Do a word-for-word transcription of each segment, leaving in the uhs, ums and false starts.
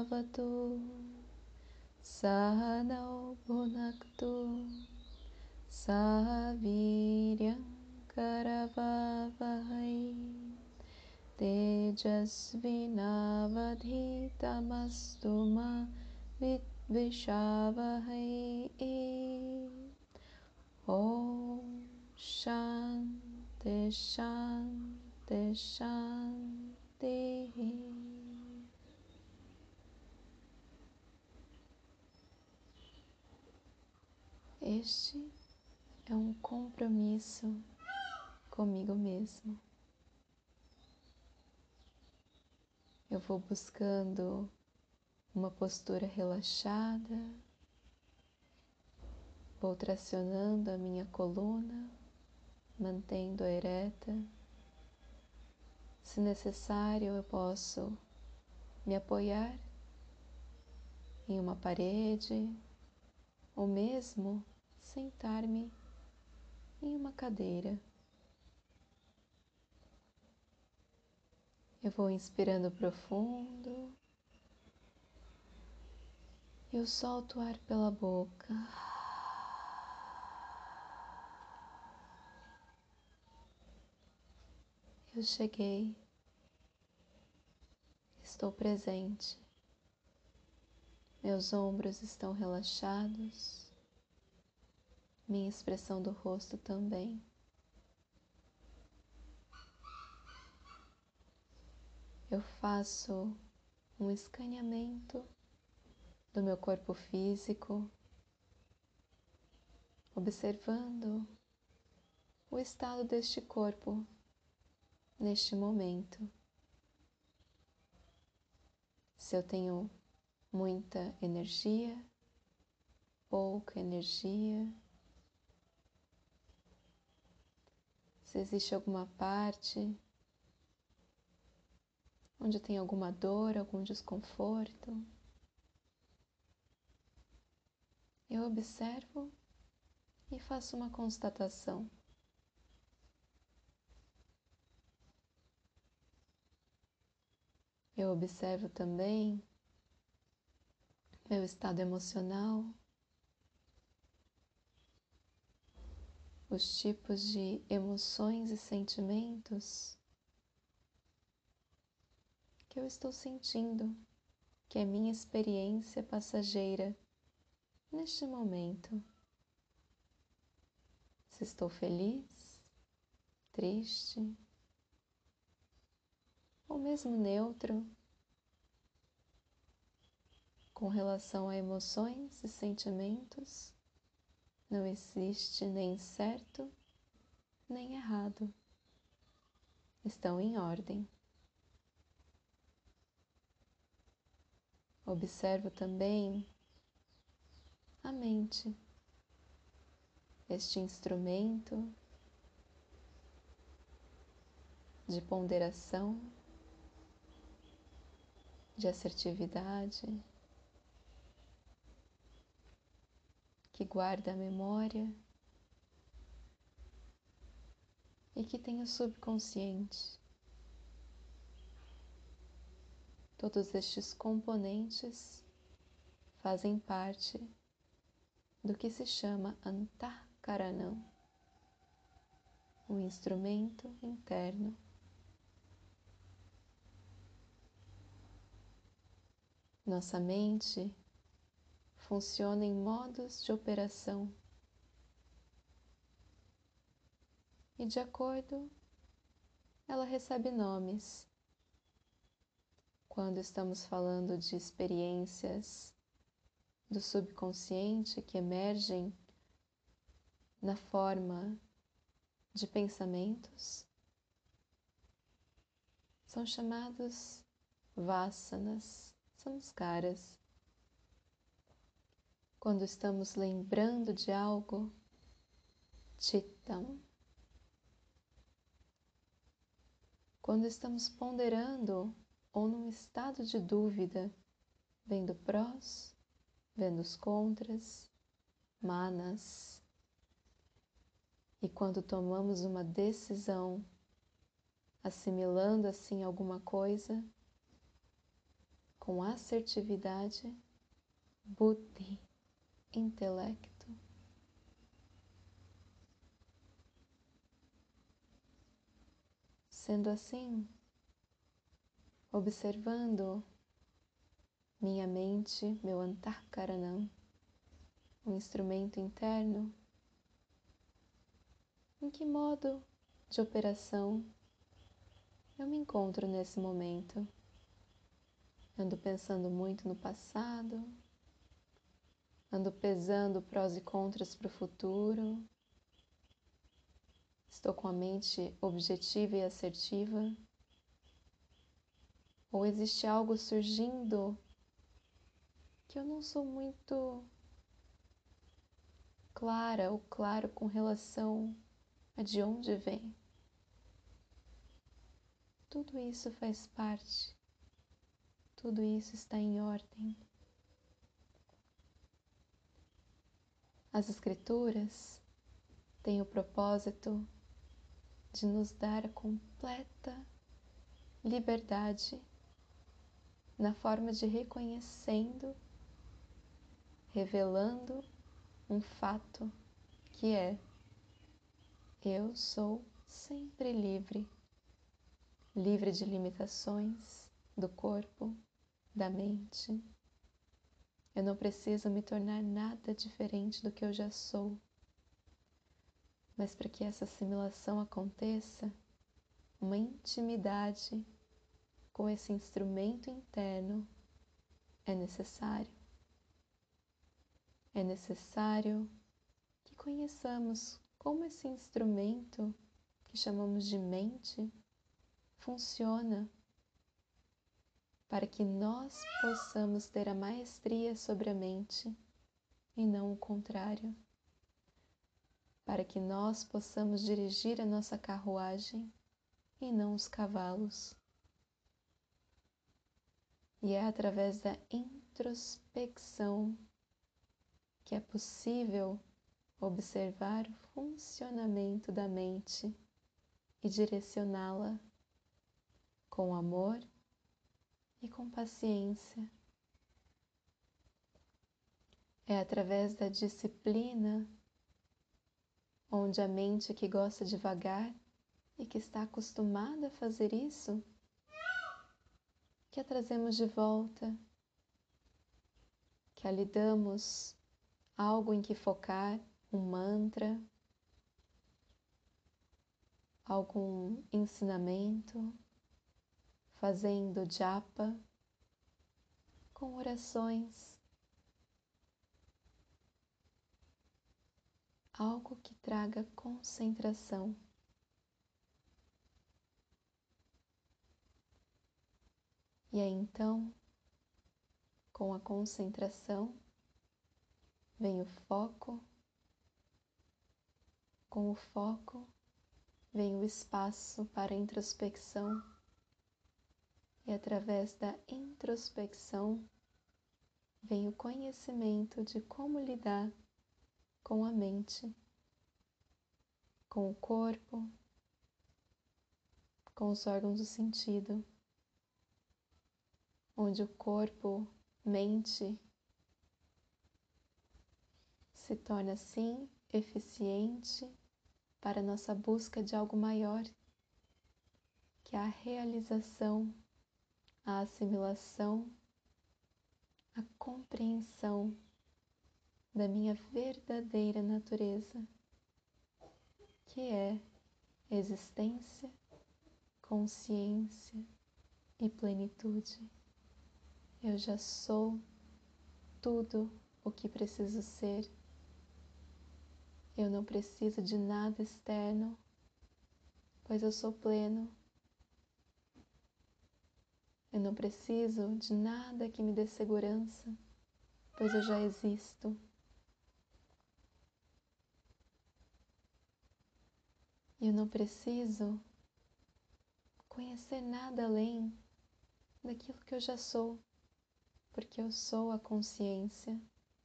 bhavatu sahanau bhunaktu saha viryam karavavahai tejasvinavadhitamastu ma vidvishavahai. Om Shanti Shanti Shanti. Este é um compromisso comigo mesmo. Eu vou buscando uma postura relaxada, vou tracionando a minha coluna, mantendo-a ereta. Se necessário, eu posso me apoiar em uma parede ou mesmo sentar-me em uma cadeira. Eu vou inspirando profundo. Eu solto o ar pela boca. Eu cheguei. Estou presente. Meus ombros estão relaxados. Minha expressão do rosto também. Eu faço um escaneamento do meu corpo físico, observando o estado deste corpo neste momento. Se eu tenho muita energia, pouca energia, se existe alguma parte onde tem alguma dor, algum desconforto. Eu observo e faço uma constatação. Eu observo também meu estado emocional, os tipos de emoções e sentimentos que eu estou sentindo, que é minha experiência passageira neste momento. Se estou feliz, triste, ou mesmo neutro, com relação a emoções e sentimentos, não existe nem certo, nem errado. Estão em ordem. Observo também a mente, este instrumento de ponderação, de assertividade, que guarda a memória e que tem o subconsciente. Todos estes componentes fazem parte do que se chama Antahkaranam, um instrumento interno. Nossa mente funciona em modos de operação e, de acordo, ela recebe nomes. Quando estamos falando de experiências do subconsciente que emergem na forma de pensamentos, são chamados vasanas, samskaras. Quando estamos lembrando de algo, chittam. Quando estamos ponderando ou num estado de dúvida, vendo prós, vendo os contras, manas. E quando tomamos uma decisão, assimilando assim alguma coisa, com assertividade, buddhi, intelecto. Sendo assim, observando minha mente, meu Antahkaranam, um instrumento interno, em que modo de operação eu me encontro nesse momento? Ando pensando muito no passado, ando pesando prós e contras para o futuro, estou com a mente objetiva e assertiva, ou existe algo surgindo que eu não sou muito clara ou claro com relação a de onde vem? Tudo isso faz parte, tudo isso está em ordem. As Escrituras têm o propósito de nos dar a completa liberdade na forma de reconhecendo, revelando um fato que é: eu sou sempre livre, livre de limitações do corpo, da mente. Eu não preciso me tornar nada diferente do que eu já sou. Mas para que essa assimilação aconteça, uma intimidade com esse instrumento interno é necessário. É necessário que conheçamos como esse instrumento, que chamamos de mente, funciona, para que nós possamos ter a maestria sobre a mente e não o contrário, para que nós possamos dirigir a nossa carruagem e não os cavalos. E é através da introspecção que é possível observar o funcionamento da mente e direcioná-la com amor e com paciência. É através da disciplina, onde a mente que gosta devagar e que está acostumada a fazer isso, que a trazemos de volta, que a lhe damos algo em que focar, um mantra, algum ensinamento, fazendo japa, com orações, algo que traga concentração. E aí então, com a concentração, vem o foco, com o foco vem o espaço para a introspecção, e através da introspecção vem o conhecimento de como lidar com a mente, com o corpo, com os órgãos do sentido, onde o corpo, mente, se torna assim eficiente para a nossa busca de algo maior, que é a realização, a assimilação, a compreensão da minha verdadeira natureza, que é existência, consciência e plenitude. Eu já sou tudo o que preciso ser. Eu não preciso de nada externo, pois eu sou pleno. Eu não preciso de nada que me dê segurança, pois eu já existo. Eu não preciso conhecer nada além daquilo que eu já sou, porque eu sou a consciência.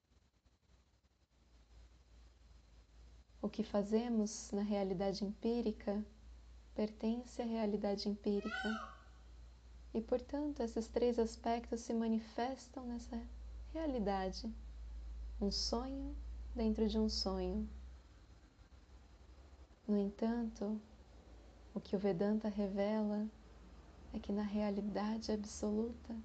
O que fazemos na realidade empírica pertence à realidade empírica. E, portanto, esses três aspectos se manifestam nessa realidade. Um sonho dentro de um sonho. No entanto, o que o Vedanta revela é que na realidade absoluta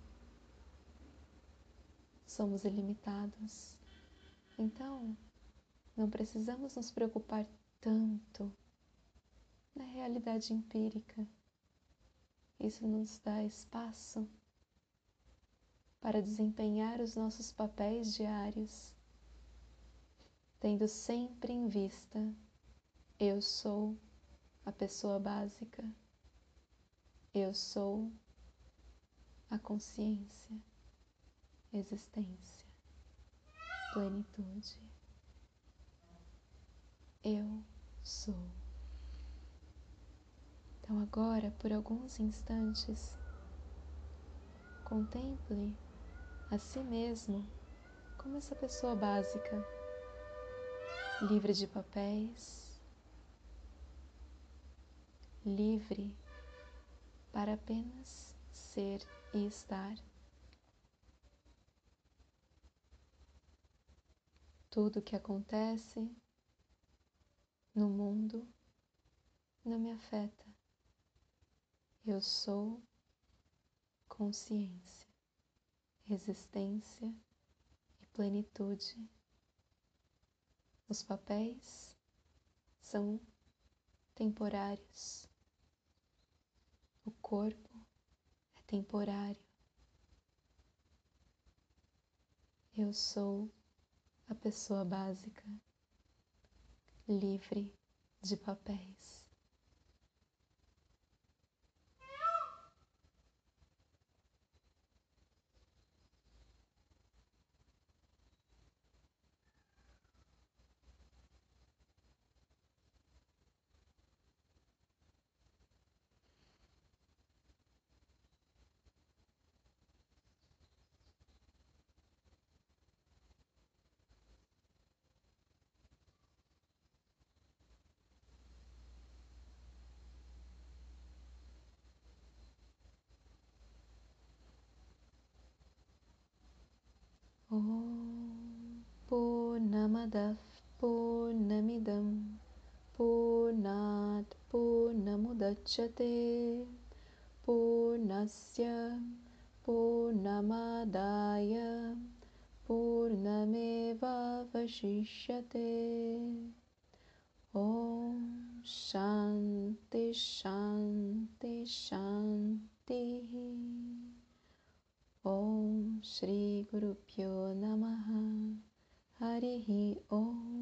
somos ilimitados. Então, não precisamos nos preocupar tanto na realidade empírica. Isso nos dá espaço para desempenhar os nossos papéis diários, tendo sempre em vista: eu sou a pessoa básica, eu sou a consciência, existência, plenitude. Eu sou. Então agora, por alguns instantes, contemple a si mesmo como essa pessoa básica, livre de papéis, livre para apenas ser e estar. Tudo o que acontece no mundo não me afeta. Eu sou consciência, existência e plenitude. Os papéis são temporários. O corpo é temporário. Eu sou a pessoa básica, livre de papéis. Om Purnamadav Purnamidam Purnat Purnamudachyate Purnasya Purnamadaya Purnameva Vashishyate. Om Shanti Shanti Shanti. Om Shri Guru Pyo Namaha. Harihi Om.